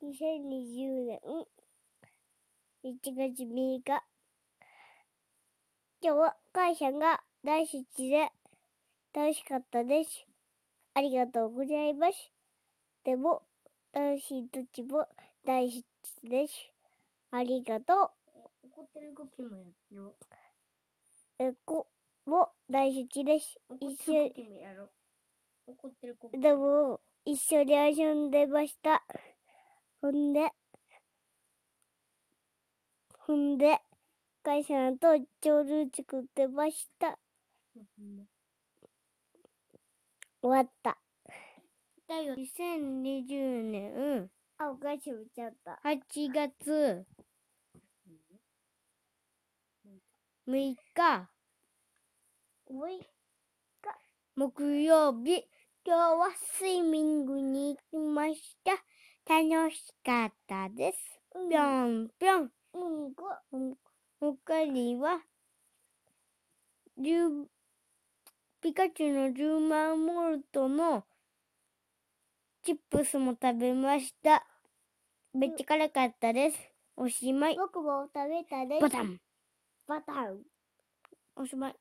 2020年1月3日。今日は母さんが大好きで楽しかったです。ありがとうございます。でも、楽しい時も大好きです。ありがとう。 怒ってる動きもやろも大好きです。 怒ってる動きもやろ怒ってる動きでも、一緒に遊んでました。ほんで、母さんと朝食作ってました。終わった。 だよ、2020年お菓子売っちゃった。 8月6日木曜日。今日はスイミングに行きました。楽しかったです。ぴょんぴょん。他にはピカチュウの10万ボルトのチップスも食べました。めっちゃ辛かったです。おしまい。 僕も食べたです。 バタン。 バタン。 おしまい。